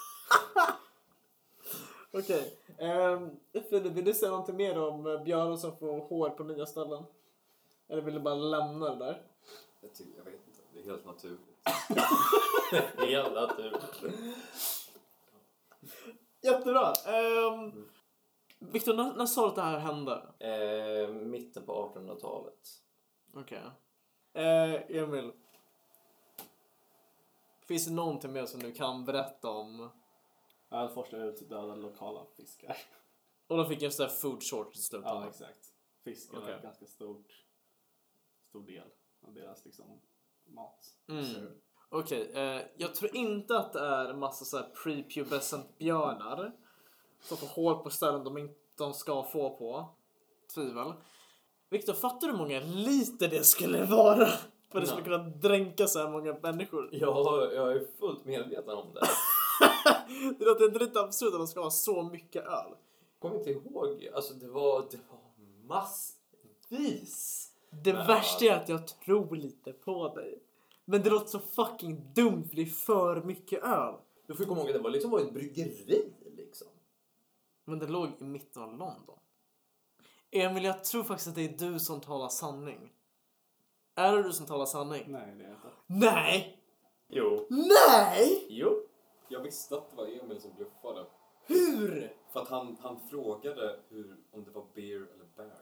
S3: Okej. Filip, vill du säga någonting mer om björnar som får hår på nya ställen? Eller vill du bara lämna det där?
S5: Jag vet inte, det är helt naturligt.
S1: Helt naturligt.
S3: Jättebra. Victor, när sa du att det här hände?
S1: Mitten på 1800-talet.
S3: Okej. Emil. Finns det någonting mer som du kan berätta om?
S4: Jag forskade ut döda lokala fiskar.
S3: Och då fick jag sådär food shortage i slutet.
S4: Ja, exakt. Fiskar
S3: Okej.
S4: är en ganska stor del av deras liksom mat.
S3: Okej, jag tror inte att det är en massa såhär prepubescent björnar som får hår på ställen de ska få på. Tvivel. Victor, fattar du hur många liter det skulle vara? För det skulle kunna dränka så här många människor.
S1: Ja, jag är fullt medveten om det.
S3: Det låter inte lite absurt att de ska ha så mycket öl.
S1: Kom inte ihåg, alltså det var massvis.
S3: Det värsta är att jag tror lite på dig. Men det låter så fucking dumt för det är för mycket öl.
S1: Du får komma ihåg att det var liksom ett bryggeri liksom.
S3: Men det låg i mitten av London. Emil, jag tror faktiskt att det är du som talar sanning. Är det du som talar sanning?
S4: Nej, det är inte.
S3: Nej!
S1: Jo.
S3: Nej!
S1: Jo.
S5: Jag visste att det var Emil som bluffade.
S3: Hur?
S5: För att han frågade om det var beer eller bear.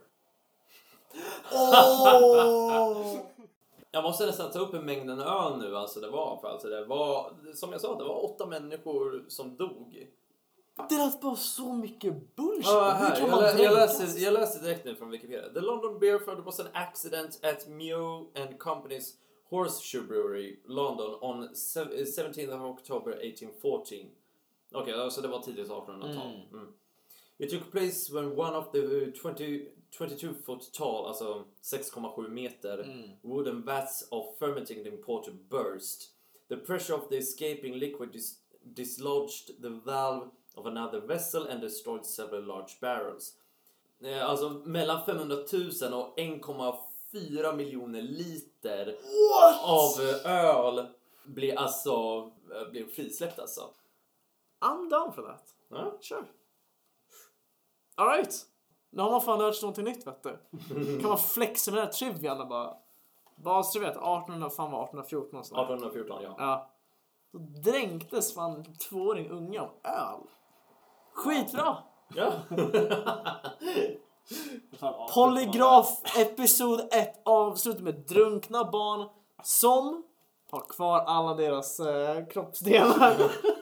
S1: Jag måste nästan ta upp en mängden öl nu. Alltså det var, som jag sa, det var 8 människor som dog.
S3: Det lät bara så mycket bullshit.
S1: Här,
S3: Hur kan man
S1: jag läser direkt nu från Wikipedia. The London Beer Fund was an accident at Mew and Company's Horseshoe Brewery, London on 17th of October 1814. Okej, alltså det var tidigt 1800-tal. It took place when one of the 22 foot tall, alltså 6,7 meter, wooden vats of fermenting porter burst. The pressure of the escaping liquid dislodged the valve of another vessel and destroyed several large barrels. Alltså mellan 500 000 och 1,4 miljoner liter av öl blev frisläppt alltså.
S3: I'm down for that.
S1: Ja.
S3: Sure. Alright. Nu har man fan lärt sig någonting nytt, vet du. Kan man flexa med den här trivian och bara... Bastrivet, 1814 någonstans.
S1: 1814, ja.
S3: Ja. Då dränktes fan 2-åring unga av öl. Skitbra!
S1: Ja.
S3: Polygraf episod 1 avslutar med drunkna barn som har kvar alla deras kroppsdelar.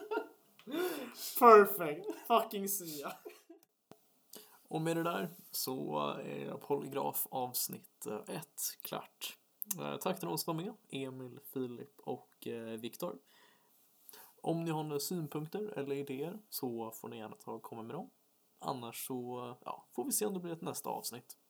S3: Perfect. Fucking Sia. Och med det där så är Polygraf avsnitt 1 klart. Tack till de som var med. Emil, Filip och Viktor. Om ni har några synpunkter eller idéer så får ni gärna komma med dem. Annars så får vi se om det blir ett nästa avsnitt.